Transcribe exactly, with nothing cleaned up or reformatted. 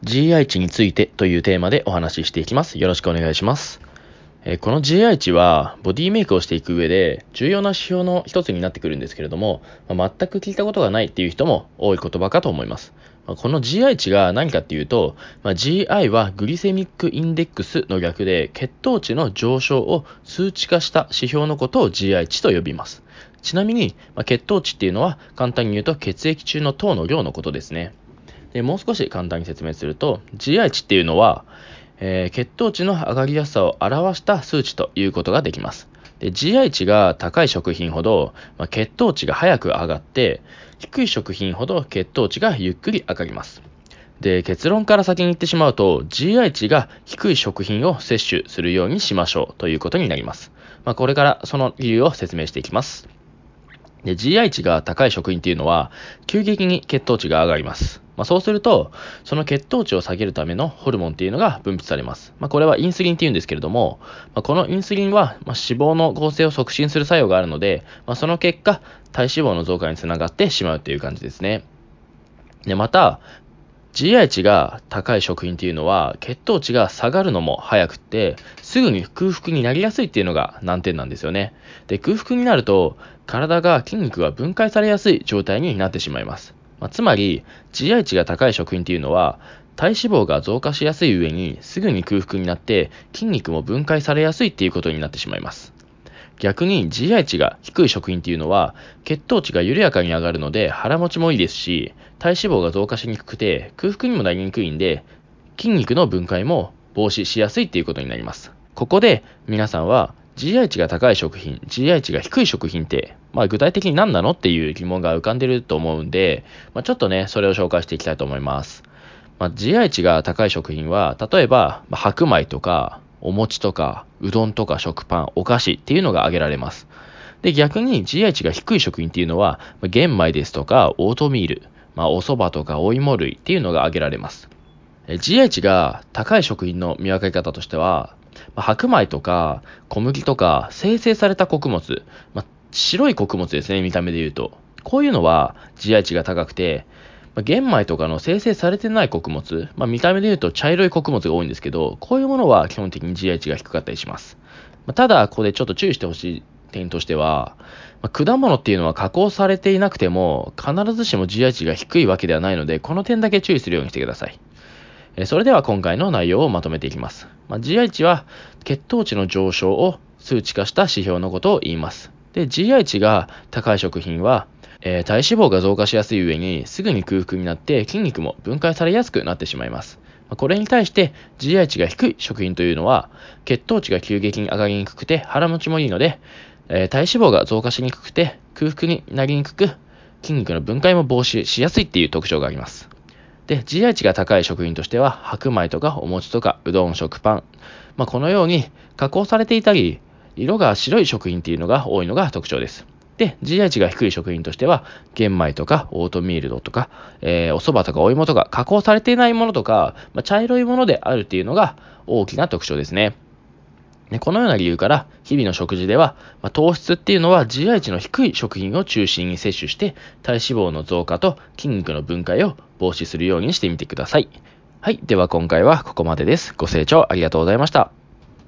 ジーアイ 値についてというテーマでお話ししていきます。よろしくお願いします。えーこの ジーアイ 値はボディメイクをしていく上で重要な指標の一つになってくるんですけれども、まあ全く聞いたことがないっていう人も多い言葉かと思います。まあこの ジーアイ 値が何かっていうと、まあ、ジーアイ はグリセミックインデックスの略で血糖値の上昇を数値化した指標のことを ジーアイ 値と呼びます。ちなみに、まあ、血糖値っていうのは簡単に言うと血液中の糖の量のことですね。でもう少し簡単に説明すると ジーアイ 値っていうのは、えー血糖値の上がりやすさを表した数値ということができます。で ジーアイ 値が高い食品ほど、まあ、血糖値が早く上がって低い食品ほど血糖値がゆっくり上がります。で結論から先に言ってしまうと ジーアイ 値が低い食品を摂取するようにしましょうということになります。まあ、これからその理由を説明していきます。で ジーアイ 値が高い食品っていうのは急激に血糖値が上がります。まあ、そうするとその血糖値を下げるためのホルモンっていうのが分泌されます。まあ、これはインスリンっていうんですけれども、まあ、このインスリンは、まあ、脂肪の合成を促進する作用があるので、まあ、その結果体脂肪の増加につながってしまうという感じですね。でまた ジーアイ 値が高い食品っていうのは血糖値が下がるのも早くってすぐに空腹になりやすいっていうのが難点なんですよね。で空腹になると体が筋肉が分解されやすい状態になってしまいます。まあ、つまり ジーアイ 値が高い食品っていうのは体脂肪が増加しやすい上にすぐに空腹になって筋肉も分解されやすいっていうことになってしまいます。逆に ジーアイ 値が低い食品っていうのは血糖値が緩やかに上がるので腹持ちもいいですし、体脂肪が増加しにくくて空腹にもなりにくいんで筋肉の分解も防止しやすいっていうことになります。ここで皆さんは ジーアイ 値が高い食品、ジーアイ 値が低い食品って、まあ、具体的に何なのっていう疑問が浮かんでると思うんで、まあ、ちょっとねそれを紹介していきたいと思います。まあ、ジーアイ 値が高い食品は例えば、まあ、白米とかお餅とかうどんとか食パン、お菓子っていうのが挙げられます。で逆に ジーアイ 値が低い食品っていうのはまあ玄米ですとかオートミール、まあ、お蕎麦とかお芋類っていうのが挙げられます。え ジーアイ 値が高い食品の見分け方としては、まあ白米とか小麦とか精製された穀物、まあ、白い穀物ですね、見た目で言うとこういうのは ジーアイ 値が高くて、まあ玄米とかの精製されてない穀物、まあ、見た目で言うと茶色い穀物が多いんですけど、こういうものは基本的に ジーアイ 値が低かったりします。まあ、ただここでちょっと注意してほしい点としては、まあ、果物っていうのは加工されていなくても必ずしも ジーアイ 値が低いわけではないので、この点だけ注意するようにしてください。それでは今回の内容をまとめていきます。まあ、ジーアイ 値は血糖値の上昇を数値化した指標のことを言います。で ジーアイ 値が高い食品は、えー体脂肪が増加しやすい上にすぐに空腹になって筋肉も分解されやすくなってしまいます。まあこれに対して ジーアイ 値が低い食品というのは血糖値が急激に上がりにくくて腹持ちもいいので、えー体脂肪が増加しにくくて空腹になりにくく筋肉の分解も防止しやすいっていう特徴があります。で ジーアイ 値が高い食品としては白米とかお餅とかうどん、食パン、まあ、このように加工されていたり色が白い食品っていうのが多いのが特徴です。で ジーアイ 値が低い食品としては玄米とかオートミールとか、えー、お蕎麦とかお芋とか加工されていないものとか、まあ、茶色いものであるっていうのが大きな特徴ですね。でこのような理由から日々の食事では、まあ、糖質っていうのは ジーアイ 値の低い食品を中心に摂取して体脂肪の増加と筋肉の分解を防止するようにしてみてください。はい、では今回はここまでです。ご清聴ありがとうございました。